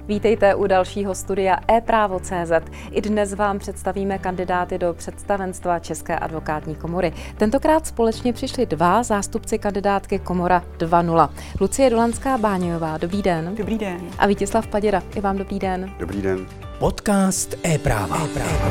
Vítejte u dalšího studia ePrávo.cz. I dnes vám představíme kandidáty do představenstva České advokátní komory. Tentokrát společně přišli dva zástupci kandidátky Komora 2.0. Lucie Dolanská-Báňová, dobrý den. Dobrý den. A Vítězslav Paděra, i vám dobrý den. Dobrý den. Podcast ePráva.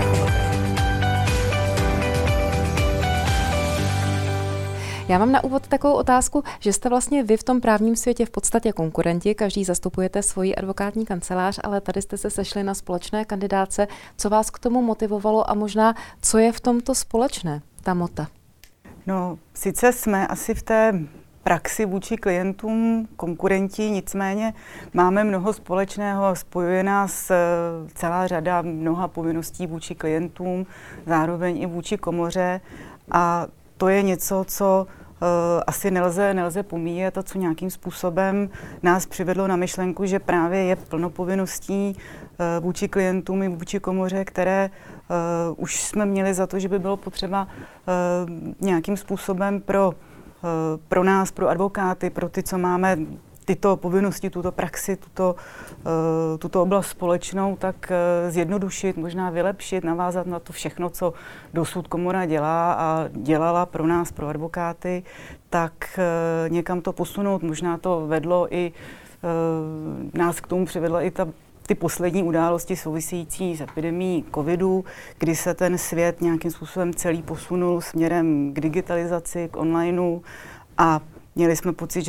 Já mám na úvod takovou otázku, že jste vlastně vy v tom právním světě v podstatě konkurenti, každý zastupujete svoji advokátní kancelář, ale tady jste se sešli na společné kandidáce. Co vás k tomu motivovalo a možná, co je v tomto společné, ta mota? No, sice jsme asi v té praxi vůči klientům konkurenti, nicméně máme mnoho společného, spojuje nás celá řada mnoha povinností vůči klientům, zároveň i vůči komoře a to je něco, co asi nelze pomíjet a co nějakým způsobem nás přivedlo na myšlenku, že právě je plno povinností vůči klientům i vůči komoře, které už jsme měli za to, že by bylo potřeba nějakým způsobem pro nás, pro advokáty, pro ty, co máme tyto povinnosti, tuto praxi, tuto oblast společnou, tak zjednodušit, možná vylepšit, navázat na to všechno, co dosud komora dělá a dělala pro nás, pro advokáty, tak někam to posunout. Možná to vedlo i, nás k tomu přivedla i ty poslední události související s epidemií covidu, kdy se ten svět nějakým způsobem celý posunul směrem k digitalizaci, k onlineu a měli jsme pocit,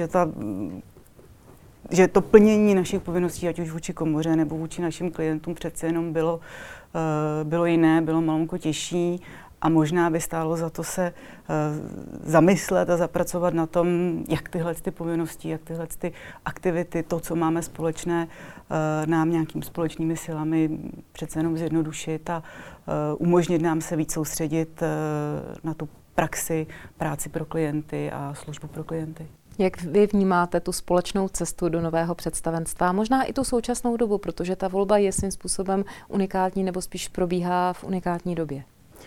že to plnění našich povinností, ať už vůči komoře nebo vůči našim klientům, přece jenom bylo jiné, bylo malinko těžší a možná by stálo za to se zamyslet a zapracovat na tom, jak tyhle ty povinnosti, jak tyhle ty aktivity, to, co máme společné, nám nějakými společnými silami přece jenom zjednodušit a umožnit nám se víc soustředit na tu praxi, práci pro klienty a službu pro klienty. Jak vy vnímáte tu společnou cestu do nového představenstva, možná i tu současnou dobu, protože ta volba je svým způsobem unikátní nebo spíš probíhá v unikátní době?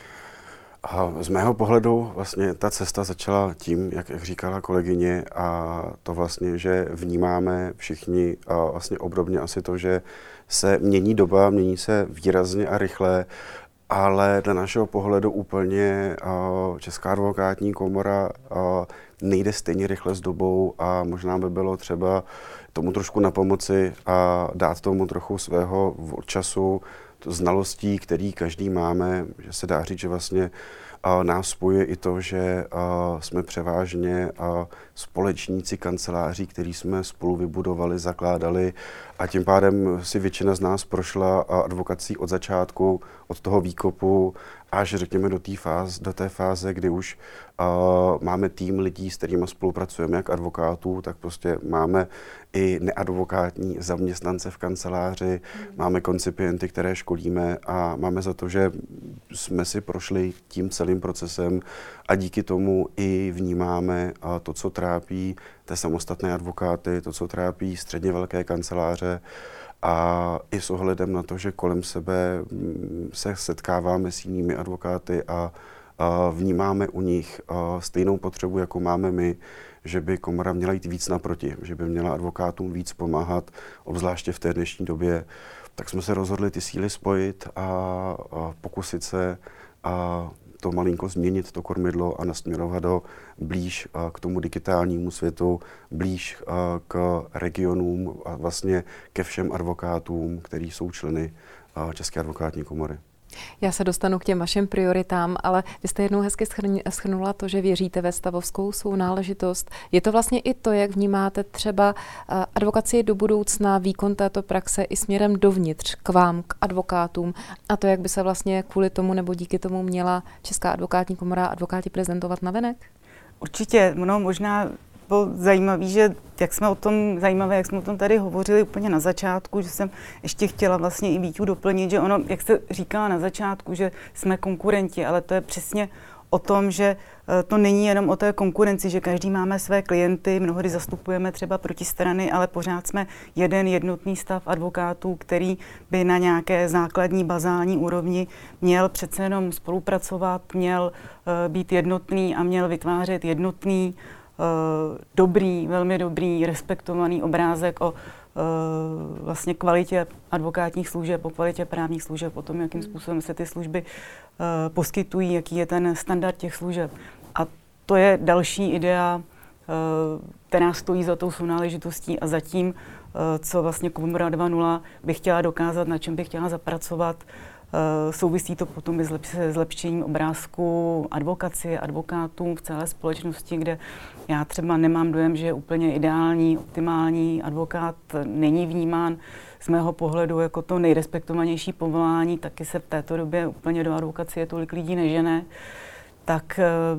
A z mého pohledu vlastně ta cesta začala tím, jak říkala kolegyně, a to vlastně, že vnímáme všichni a vlastně obdobně asi to, že se mění doba, mění se výrazně a rychle, ale dle našeho pohledu úplně Česká advokátní komora nejde stejně rychle s dobou a možná by bylo třeba tomu trošku napomoci a dát tomu trochu svého času, znalostí, který každý máme, že se dá říct, že vlastně nás spojuje i to, že jsme převážně společníci kanceláří, který jsme spolu vybudovali, zakládali a tím pádem si většina z nás prošla advokací od začátku, od toho výkopu až řekněme do té fáze, kdy už máme tým lidí, s kterými spolupracujeme, jak advokátů, tak prostě máme i neadvokátní zaměstnance v kanceláři, máme koncipienty, které školíme a máme za to, že jsme si prošli tím celým procesem a díky tomu i vnímáme to, co trápí té samostatné advokáty, to, co trápí středně velké kanceláře a i s ohledem na to, že kolem sebe se setkáváme s jinými advokáty a vnímáme u nich stejnou potřebu, jako máme my, že by komora měla jít víc naproti, že by měla advokátům víc pomáhat, obzvláště v té dnešní době, tak jsme se rozhodli ty síly spojit a pokusit se to malinko změnit, to kormidlo a nasměrovat ho blíž k tomu digitálnímu světu, blíž k regionům a vlastně ke všem advokátům, kteří jsou členy České advokátní komory. Já se dostanu k těm vašim prioritám, ale vy jste jednou hezky shrnula to, že věříte ve stavovskou sounáležitost. Je to vlastně i to, jak vnímáte třeba advokaci do budoucna, výkon této praxe i směrem dovnitř k vám, k advokátům a to, jak by se vlastně kvůli tomu nebo díky tomu měla Česká advokátní komora a advokáti prezentovat navenek? Určitě, možná bylo zajímavé, jak jsme o tom tady hovořili úplně na začátku, že jsem ještě chtěla vlastně i Víťu doplnit, že ono, jak jste říkala na začátku, že jsme konkurenti, ale to je přesně o tom, že to není jenom o té konkurenci, že každý máme své klienty, mnohdy zastupujeme třeba protistrany, ale pořád jsme jeden jednotný stav advokátů, který by na nějaké základní bazální úrovni měl přece jenom spolupracovat, měl být jednotný a měl vytvářet jednotný, dobrý, velmi dobrý, respektovaný obrázek o vlastně kvalitě advokátních služeb, o kvalitě právních služeb, o tom, jakým způsobem se ty služby poskytují, jaký je ten standard těch služeb. A to je další idea, která stojí za tou sounáležitostí a za tím, co vlastně Komora 2.0 by chtěla dokázat, na čem by chtěla zapracovat. Souvisí to potom i se zlepšením obrázku advokacie, advokátů v celé společnosti, kde já třeba nemám dojem, že je úplně ideální, optimální advokát není vnímán z mého pohledu jako to nejrespektovanější povolání, taky se v této době úplně do advokacie tolik lidí nežene. Tak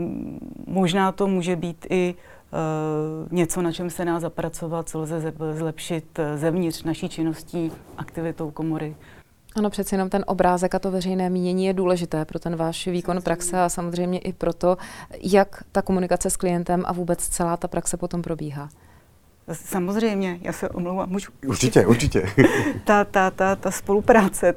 možná to může být i něco, na čem se dá zapracovat, co lze zlepšit zevnitř naší činností, aktivitou komory. Ano, přeci jenom ten obrázek a to veřejné mínění je důležité pro ten váš výkon praxe a samozřejmě i pro to, jak ta komunikace s klientem a vůbec celá ta praxe potom probíhá. Samozřejmě, já se omlouvám, můžu? Určitě. Ta spolupráce,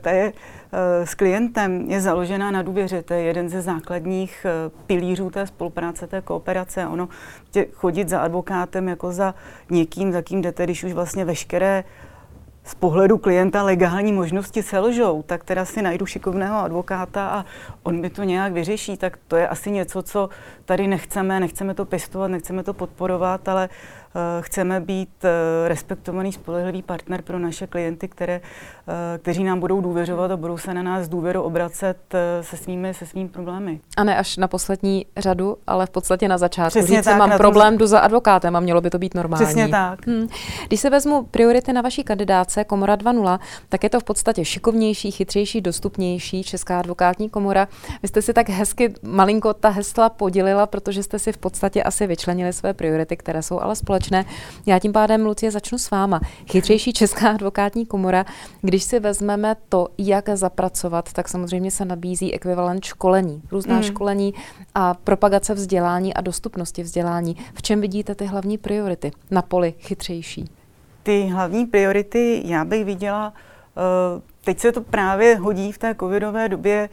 s klientem je založená na důvěře, to je jeden ze základních pilířů té spolupráce, té kooperace. Ono chodit za advokátem jako za někým, za kým jdete, když už vlastně veškeré z pohledu klienta legální možnosti selžou, tak teda si najdu šikovného advokáta a on mi to nějak vyřeší, tak to je asi něco, co tady nechceme to pěstovat, nechceme to podporovat, ale chceme být respektovaný, spolehlivý partner pro naše klienty, kteří nám budou důvěřovat a budou se na nás s důvěrou obracet se svými problémy. A ne až na poslední řadu, ale v podstatě na začátku. Přesně říct tak, si, mám problém, jdu za advokátem a mělo by to být normální. Přesně tak. Když se vezmu priority na vaší kandidátce Komora 2.0, tak je to v podstatě šikovnější, chytřejší, dostupnější Česká advokátní komora. Vy jste si tak hezky malinko ta hesla podělila, protože jste si v podstatě asi vyčlenili své priority, které jsou ale společné. Já tím pádem, Lucie, začnu s váma. Chytřejší Česká advokátní komora. Když si vezmeme to, jak zapracovat, tak samozřejmě se nabízí ekvivalent školení, různá školení a propagace vzdělání a dostupnosti vzdělání. V čem vidíte ty hlavní priority na poli chytřejší? Ty hlavní priority já bych viděla, teď se to právě hodí v té covidové době,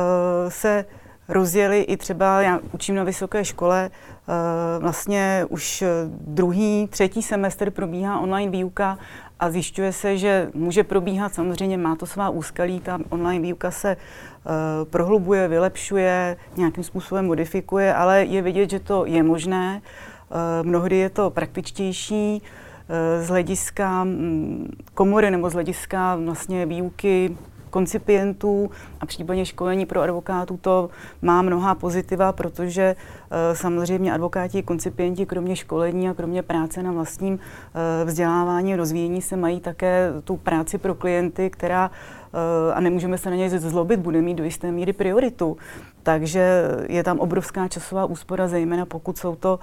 se rozjeli i třeba, já učím na vysoké škole, vlastně už třetí semestr probíhá online výuka a zjišťuje se, že může probíhat, samozřejmě má to svá úskalí, ta online výuka se prohlubuje, vylepšuje, nějakým způsobem modifikuje, ale je vidět, že to je možné, mnohdy je to praktičtější, z hlediska komory nebo z hlediska vlastně výuky koncipientů a případně školení pro advokátů to má mnohá pozitiva, protože samozřejmě advokáti, koncipienti kromě školení a kromě práce na vlastním vzdělávání, rozvíjení se mají také tu práci pro klienty, která, a nemůžeme se na něj zlobit, bude mít do jisté míry prioritu. Takže je tam obrovská časová úspora, zejména pokud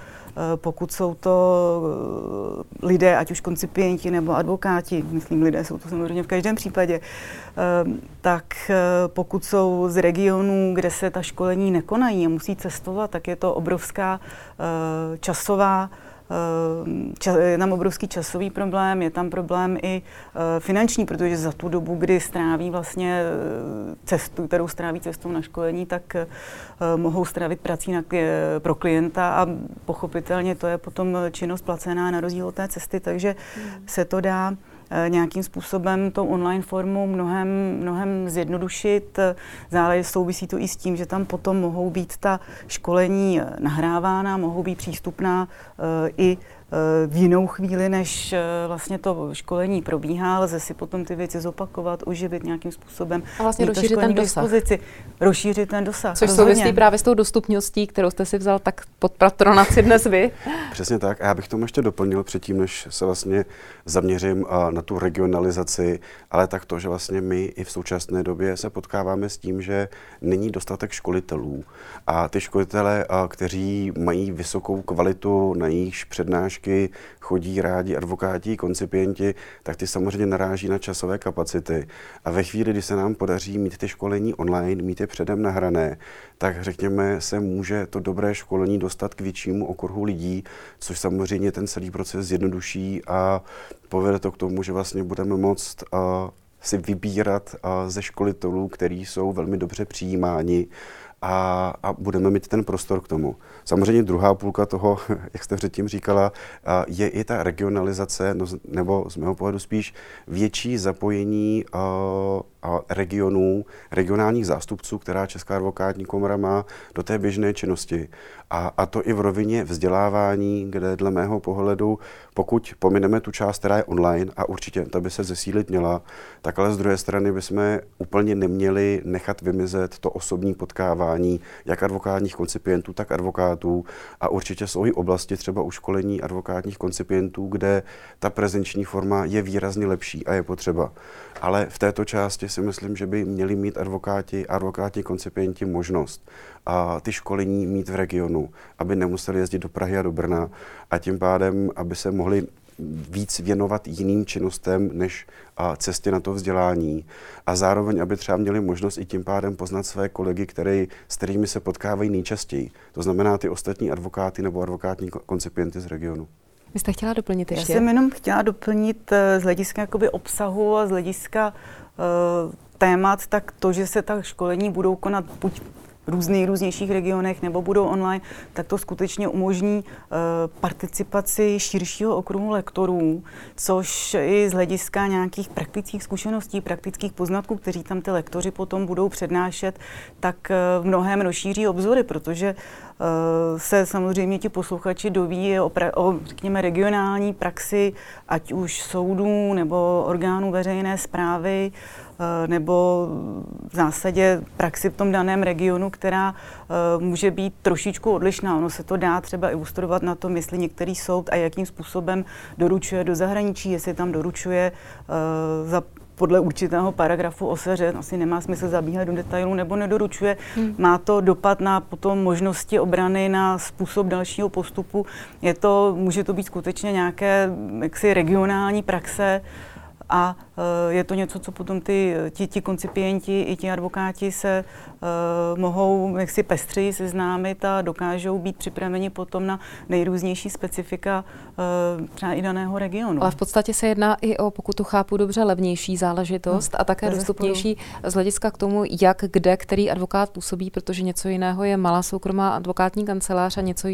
jsou to lidé, ať už koncipienti nebo advokáti, myslím lidé, jsou to samozřejmě v každém případě, tak pokud jsou z regionů, kde se ta školení nekonají a musí cestovat, tak je to obrovská je tam obrovský časový problém, je tam problém i finanční, protože za tu dobu, kdy stráví vlastně cestu, kterou stráví cestou na školení, tak mohou strávit prací pro klienta a pochopitelně to je potom činnost placená na rozdíl od té cesty, takže se to dá nějakým způsobem tou online formu mnohem zjednodušit. Souvisí to i s tím, že tam potom mohou být ta školení nahrávána, mohou být přístupná i v jinou chvíli, než vlastně to školení probíhá, lze si potom ty věci zopakovat, oživit nějakým způsobem. A vlastně rozšířit ten dosah. Rozšířit ten dosah. Což souvisí právě s tou dostupností, kterou jste si vzal tak pod patronaci dnes vy. Přesně tak. A já bych tomu ještě doplnil předtím, než se vlastně zaměřím na tu regionalizaci, ale tak to, že vlastně my i v současné době se potkáváme s tím, že není dostatek školitelů. A ty školitelé, kteří mají vysokou kvalitu, na jejichž přednášky chodí rádi advokáti, koncipienti, tak ty samozřejmě naráží na časové kapacity. A ve chvíli, kdy se nám podaří mít ty školení online, mít je předem nahrané, tak řekněme, se může to dobré školení dostat k většímu okruhu lidí, což samozřejmě ten celý proces zjednoduší a povede to k tomu, že vlastně budeme moct si vybírat ze školitelů, kteří jsou velmi dobře přijímáni a budeme mít ten prostor k tomu. Samozřejmě druhá půlka toho, jak jste předtím říkala, je i ta regionalizace, nebo z mého pohledu spíš větší zapojení regionů, regionálních zástupců, která Česká advokátní komora má do té běžné činnosti. A to i v rovině vzdělávání, kde dle mého pohledu, pokud pomineme tu část, která je online, a určitě ta by se zesílit měla, tak ale z druhé strany bychom úplně neměli nechat vymizet to osobní potkávání jak advokátních koncipientů, tak advokátů. A určitě jsou i oblasti třeba u školení advokátních koncipientů, kde ta prezenční forma je výrazně lepší a je potřeba. Ale v této části si myslím, že by měli mít advokátní koncipienti možnost a ty školení mít v regionu, aby nemuseli jezdit do Prahy a do Brna a tím pádem, aby se mohli víc věnovat jiným činnostem než cestě na to vzdělání. A zároveň, aby třeba měli možnost i tím pádem poznat své kolegy, s kterými se potkávají nejčastěji. To znamená ty ostatní advokáty nebo advokátní koncipienty z regionu. Vy jste chtěla doplnit ještě? Já jsem jenom chtěla doplnit z hlediska jakoby obsahu a z hlediska témat, tak to, že se ta školení budou konat buď v nejrůznějších regionech nebo budou online, tak to skutečně umožní participaci širšího okruhu lektorů, což i z hlediska nějakých praktických zkušeností, praktických poznatků, kteří tam ty lektoři potom budou přednášet, tak v mnohém rozšíří obzory, protože se samozřejmě ti posluchači doví o řekněme, regionální praxi, ať už soudů nebo orgánů veřejné správy, nebo v zásadě praxi v tom daném regionu, která může být trošičku odlišná. Ono se to dá třeba ilustrovat na tom, jestli některý soud a jakým způsobem doručuje do zahraničí, jestli tam doručuje podle určitého paragrafu OSŘ, asi nemá smysl zabíhat do detailů, nebo nedoručuje. Má to dopad na potom možnosti obrany, na způsob dalšího postupu. Může to být skutečně nějaké regionální praxe, a je to něco, co potom ti koncipienti i ti advokáti se mohou jaksi pestřeji seznámit a dokážou být připraveni potom na nejrůznější specifika třeba i daného regionu. Ale v podstatě se jedná i o, pokud to chápu dobře, levnější záležitost a také dostupnější z hlediska k tomu, jak, kde, který advokát působí, protože něco jiného je malá soukromá advokátní kancelář a něco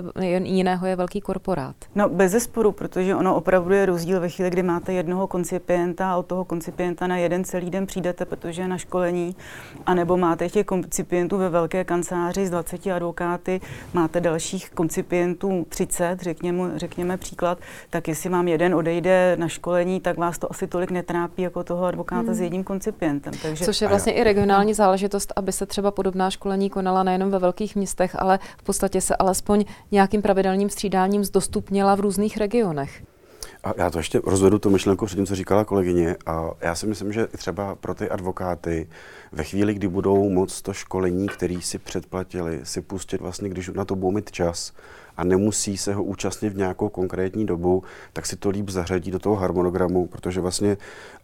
jiného je velký korporát. No bezesporu, protože ono opravdu je rozdíl ve chvíli, kdy máte jednoho koncipienta a od toho koncipienta na jeden celý den přijdete, protože je na školení, anebo máte těch koncipientů ve velké kanceláři s 20 advokáty, máte dalších koncipientů 30, řekněme příklad, tak jestli vám jeden odejde na školení, tak vás to asi tolik netrápí jako toho advokáta s jedním koncipientem. Takže což je vlastně i regionální záležitost, aby se třeba podobná školení konala nejenom ve velkých městech, ale v podstatě se alespoň nějakým pravidelným střídáním zdostupnila v různých regionech. A já to ještě rozvedu tu myšlenku před tím, co říkala kolegyně. A já si myslím, že třeba pro ty advokáty ve chvíli, kdy budou moct to školení, který si předplatili, si pustit vlastně, když na to budou mít čas a nemusí se ho účastnit v nějakou konkrétní dobu, tak si to líp zařadí do toho harmonogramu, protože vlastně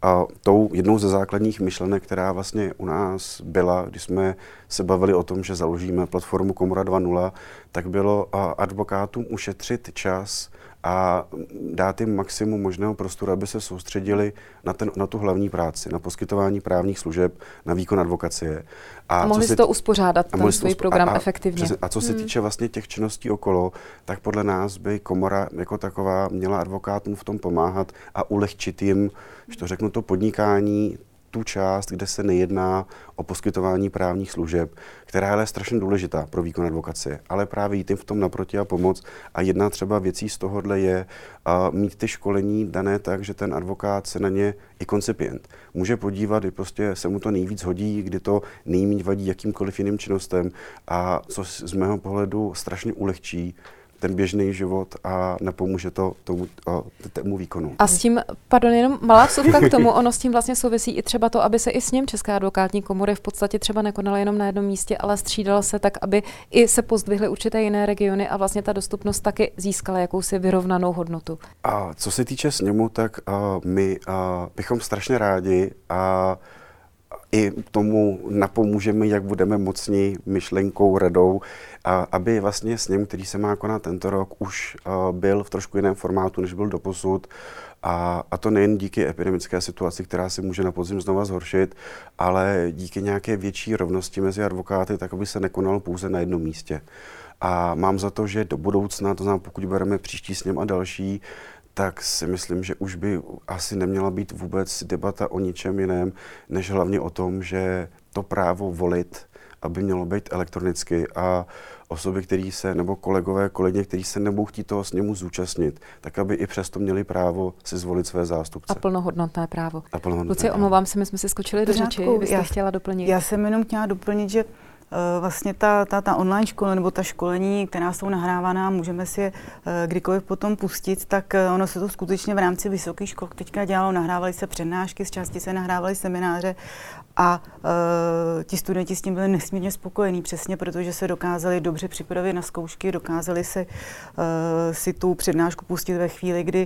tou jednou ze základních myšlenek, která vlastně u nás byla, když jsme se bavili o tom, že založíme platformu Komora 2.0, tak bylo advokátům ušetřit čas a dát jim maximum možného prostoru, aby se soustředili na tu hlavní práci, na poskytování právních služeb, na výkon advokacie. A mohli si to uspořádat, ten svůj program efektivně. A co se týče vlastně těch činností okolo, tak podle nás by komora jako taková měla advokátům v tom pomáhat a ulehčit jim, že to řeknu, to podnikání, tu část, kde se nejedná o poskytování právních služeb, která je strašně důležitá pro výkon advokacie, ale právě jít jim v tom naproti a pomoct. A jedna třeba věcí z tohohle je mít ty školení dané tak, že ten advokát se na ně i koncipient může podívat, kdy prostě se mu to nejvíc hodí, kdy to nejméně vadí jakýmkoliv jiným činnostem a co z mého pohledu strašně ulehčí ten běžný život a nepomůže to tomu výkonu. A s tím, jenom malá vsuvka k tomu, ono s tím vlastně souvisí i třeba to, aby se i s ním Česká advokátní komory v podstatě třeba nekonala jenom na jednom místě, ale střídala se tak, aby i se pozdvihly určité jiné regiony a vlastně ta dostupnost taky získala jakousi vyrovnanou hodnotu. A co se týče sněmu, tak my bychom strašně rádi i tomu napomůžeme, jak budeme mocní myšlenkou, radou, aby vlastně sněm, který se má konat tento rok, už byl v trošku jiném formátu, než byl doposud. A to nejen díky epidemické situaci, která se může na podzim znova zhoršit, ale díky nějaké větší rovnosti mezi advokáty, tak aby se nekonalo pouze na jednom místě. A mám za to, že do budoucna, to znamená, pokud bereme příští sněm a další, tak si myslím, že už by asi neměla být vůbec debata o ničem jiném, než hlavně o tom, že to právo volit, aby mělo být elektronicky a osoby, který se, nebo kolegové, kolegyně, kteří se nebudou chtít toho sněmu zúčastnit, tak aby i přesto měli právo si zvolit své zástupce. A plnohodnotné právo. Lucie, omlouvám se, my jsme si skočili do řeči, vy jste chtěla doplnit. Já jsem jenom chtěla doplnit, že vlastně ta online škola nebo ta školení, která jsou nahrávaná, můžeme si je kdykoliv potom pustit, tak ono se to skutečně v rámci vysokých škol teďka dělalo, nahrávaly se přednášky, z části se nahrávaly semináře a ti studenti s tím byli nesmírně spokojení, přesně protože se dokázali dobře připravit na zkoušky, dokázali si tu přednášku pustit ve chvíli, kdy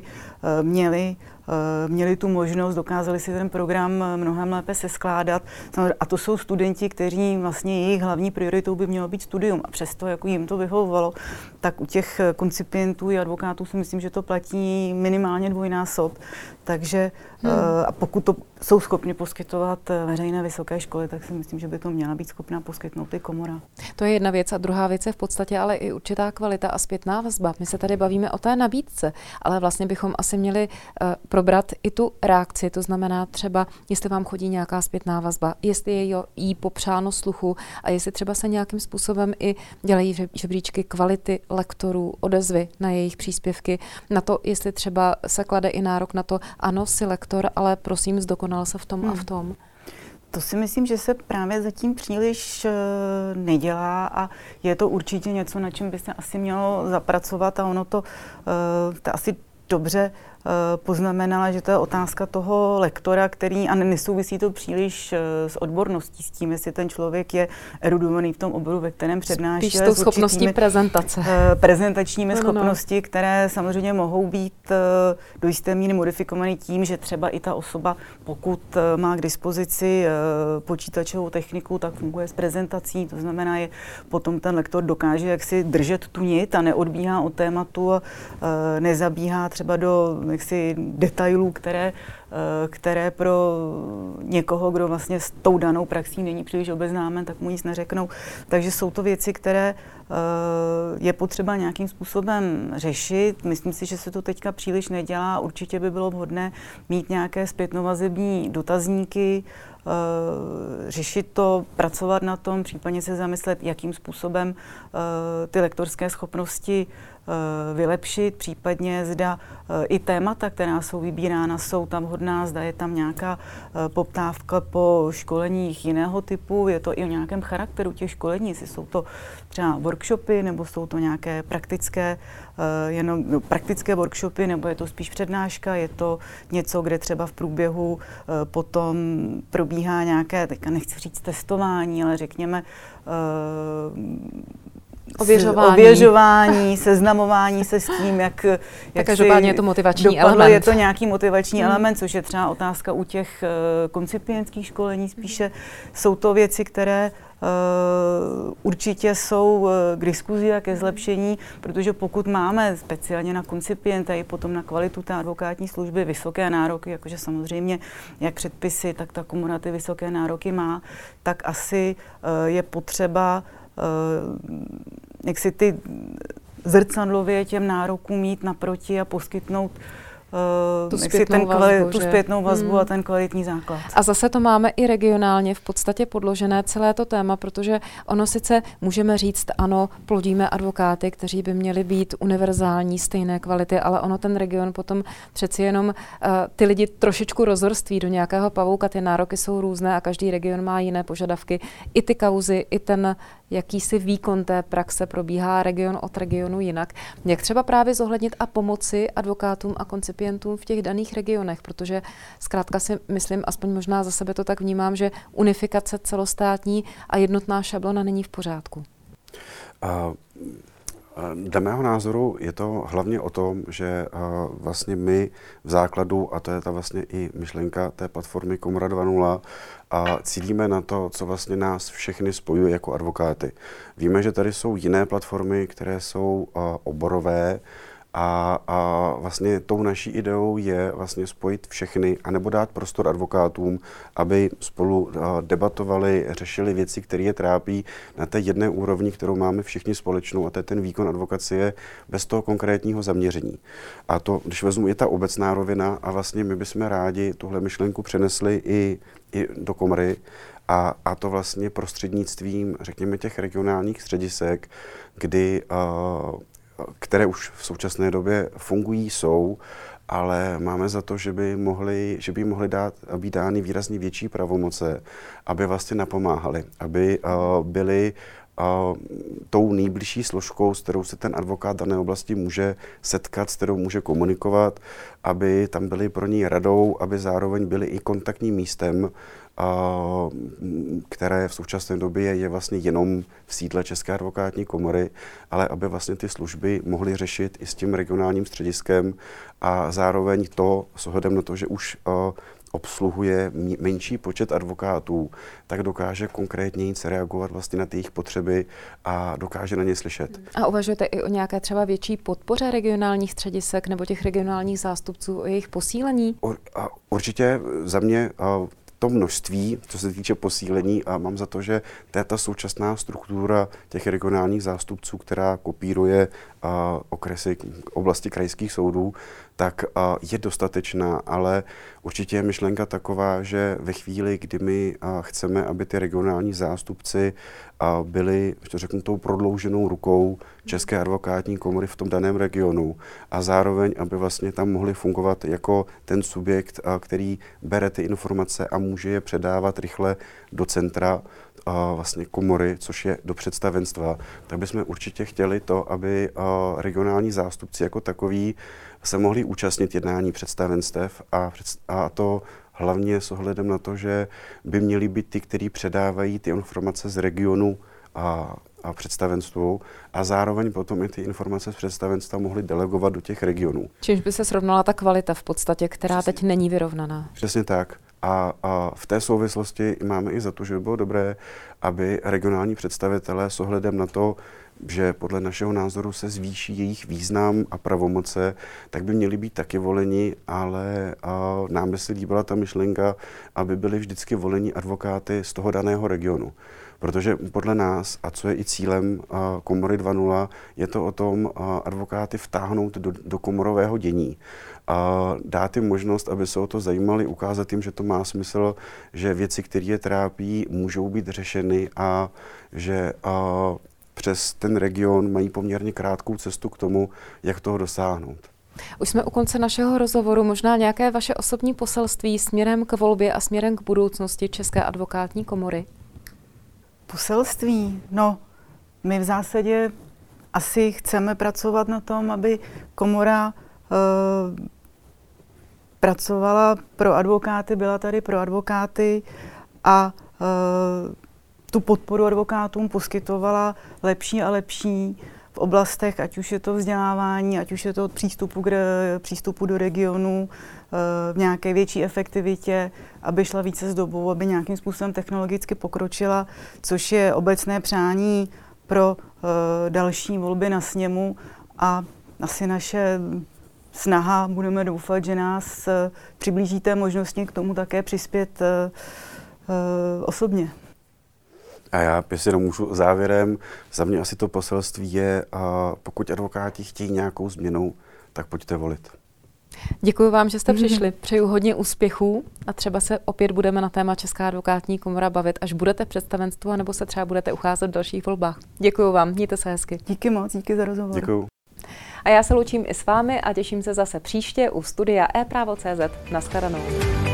měli tu možnost, dokázali si ten program mnohem lépe seskládat. A to jsou studenti, kteří vlastně jejich hlavní prioritou by mělo být studium. A přesto, jako jim to vyhovovalo, tak u těch koncipientů i advokátů si myslím, že to platí minimálně dvojnásob. Takže a pokud to jsou schopni poskytovat veřejné vysoké školy, tak si myslím, že by to měla být schopná poskytnout i komora. To je jedna věc a druhá věc je v podstatě ale i určitá kvalita a zpětná vazba. My se tady bavíme o té nabídce, ale vlastně bychom asi měli probrat i tu reakci, to znamená třeba, jestli vám chodí nějaká zpětná vazba, jestli je jí popřáno sluchu a jestli třeba se nějakým způsobem i dělají žebříčky kvality lektorů, odezvy na jejich příspěvky, na to, jestli třeba se klade i nárok na to, ano, jsi lektor, ale prosím, zdokonal se v tom a v tom. To si myslím, že se právě zatím příliš nedělá a je to určitě něco, na čem by se asi mělo zapracovat a ono to asi dobře poznamenala, že to je otázka toho lektora, který, a nesouvisí to příliš s odborností, s tím, jestli ten člověk je erudovaný v tom oboru, ve kterém přednáší. Spíš s schopností prezentace. Prezentačními schopnosti, které samozřejmě mohou být do jisté míry modifikované tím, že třeba i ta osoba, pokud má k dispozici počítačovou techniku, tak funguje s prezentací, to znamená, že potom ten lektor dokáže jaksi držet tu nit a neodbíhá od tématu a nezabíhá třeba do detailů, které pro někoho, kdo vlastně s tou danou praxí není příliš obeznámen, tak mu nic neřeknou. Takže jsou to věci, které je potřeba nějakým způsobem řešit. Myslím si, že se to teďka příliš nedělá. Určitě by bylo vhodné mít nějaké zpětnovazební dotazníky, řešit to, pracovat na tom, případně se zamyslet, jakým způsobem ty lektorské schopnosti vylepšit, případně zda i témata, která jsou vybírána, jsou tam vhodná, zda je tam nějaká poptávka po školeních jiného typu, je to i o nějakém charakteru těch školení, jestli jsou to třeba workshopy, nebo jsou to nějaké praktické workshopy, nebo je to spíš přednáška, je to něco, kde třeba v průběhu potom probíhá nějaké, teďka nechci říct testování, ale řekněme ověřování, seznamování se s tím, jak každopádně je to motivační element. Je to nějaký motivační element, což je třeba otázka u těch koncipientských školení spíše. Jsou to věci, které určitě jsou k diskuzi a ke zlepšení, protože pokud máme speciálně na koncipienta i potom na kvalitu té advokátní služby vysoké nároky, jakože samozřejmě jak předpisy, tak ta komora ty vysoké nároky má, tak asi je potřeba jak si ty zrcadlově těm nárokům mít naproti a poskytnout tu zpětnou vazbu a ten kvalitní základ. A zase to máme i regionálně v podstatě podložené celé to téma, protože ono sice můžeme říct, ano, plodíme advokáty, kteří by měli být univerzální, stejné kvality, ale ono ten region potom přeci jenom ty lidi trošičku rozvrství do nějakého pavouka, ty nároky jsou různé a každý region má jiné požadavky. I ty kauzy, i ten jakýsi výkon té praxe probíhá region od regionu jinak. Jak třeba právě zohlednit a pomoci advokátům a koncipientům v těch daných regionech, protože zkrátka si myslím, aspoň možná za sebe to tak vnímám, že unifikace celostátní a jednotná šablona není v pořádku. Dle mého názoru je to hlavně o tom, že vlastně my v základu, a to je ta vlastně i myšlenka té platformy Komora 2.0, a cílíme na to, co vlastně nás všechny spojuje jako advokáty. Víme, že tady jsou jiné platformy, které jsou oborové, a vlastně tou naší ideou je vlastně spojit všechny, anebo dát prostor advokátům, aby spolu debatovali, řešili věci, které je trápí na té jedné úrovni, kterou máme všichni společnou, a to je ten výkon advokacie bez toho konkrétního zaměření. A to, když vezmu, je ta obecná rovina, a vlastně my bychom rádi tuhle myšlenku přenesli i do komory, a to vlastně prostřednictvím, řekněme, těch regionálních středisek, které už v současné době fungují, jsou, ale máme za to, že by mohly být dány výrazně větší pravomoce, aby vlastně napomáhali, aby byli tou nejbližší složkou, s kterou se ten advokát dané oblasti může setkat, s kterou může komunikovat, aby tam byli pro ní radou, aby zároveň byli i kontaktním místem, které v současné době je vlastně jenom v sídle České advokátní komory, ale aby vlastně ty služby mohly řešit i s tím regionálním střediskem, a zároveň to s ohledem na to, že už obsluhuje menší počet advokátů, tak dokáže konkrétně nic reagovat vlastně na ty jejich potřeby a dokáže na ně slyšet. A uvažujete i o nějaké třeba větší podpoře regionálních středisek nebo těch regionálních zástupců, o jejich posílení? Určitě za mě to množství, co se týče posílení, a mám za to, že ta současná struktura těch regionálních zástupců, která kopíruje okresy, oblasti krajských soudů, tak je dostatečná, ale určitě je myšlenka taková, že ve chvíli, kdy my chceme, aby ty regionální zástupci byli, že to řeknu, tou prodlouženou rukou České advokátní komory v tom daném regionu, a zároveň, aby vlastně tam mohli fungovat jako ten subjekt, který bere ty informace a může je předávat rychle do centra vlastně komory, což je do představenstva, tak bychom určitě chtěli to, aby regionální zástupci jako takoví se mohli účastnit jednání představenstev, a to hlavně s ohledem na to, že by měli být ty, kteří předávají ty informace z regionu a představenstvu, a zároveň potom i ty informace z představenstva mohli delegovat do těch regionů. Čímž by se srovnala ta kvalita v podstatě, která teď není vyrovnaná. Přesně tak. A v té souvislosti máme i za to, že by bylo dobré, aby regionální představitelé s ohledem na to, že podle našeho názoru se zvýší jejich význam a pravomoce, tak by měli být taky voleni, ale nám by se líbila ta myšlenka, aby byli vždycky voleni advokáty z toho daného regionu. Protože podle nás, a co je i cílem Komory 2.0, je to o tom advokáty vtáhnout do komorového dění. Dát jim možnost, aby se o to zajímali, ukázat jim, že to má smysl, že věci, které je trápí, můžou být řešeny, a že přes ten region mají poměrně krátkou cestu k tomu, jak toho dosáhnout. Už jsme u konce našeho rozhovoru. Možná nějaké vaše osobní poselství směrem k volbě a směrem k budoucnosti České advokátní komory? Poselství? No, my v zásadě asi chceme pracovat na tom, aby komora pracovala pro advokáty, byla tady pro advokáty a tu podporu advokátům poskytovala lepší a lepší v oblastech, ať už je to vzdělávání, ať už je to od přístupu do regionu, v nějaké větší efektivitě, aby šla více s dobou, aby nějakým způsobem technologicky pokročila, což je obecné přání pro další volby na sněmu, a asi naše snaha, budeme doufat, že nás přiblíží té možnosti k tomu také přispět osobně. A já jestli můžu závěrem, za mě asi to poselství je, pokud advokáti chtějí nějakou změnu, tak pojďte volit. Děkuji vám, že jste přišli. Přeju hodně úspěchů a třeba se opět budeme na téma Česká advokátní komora bavit, až budete v představenstvu, anebo se třeba budete ucházet v dalších volbách. Děkuji vám, mějte se hezky. Díky moc, díky za rozhovor. Děkuji. A já se loučím i s vámi a těším se zase příště u studia ePravo.cz. Naschledanou.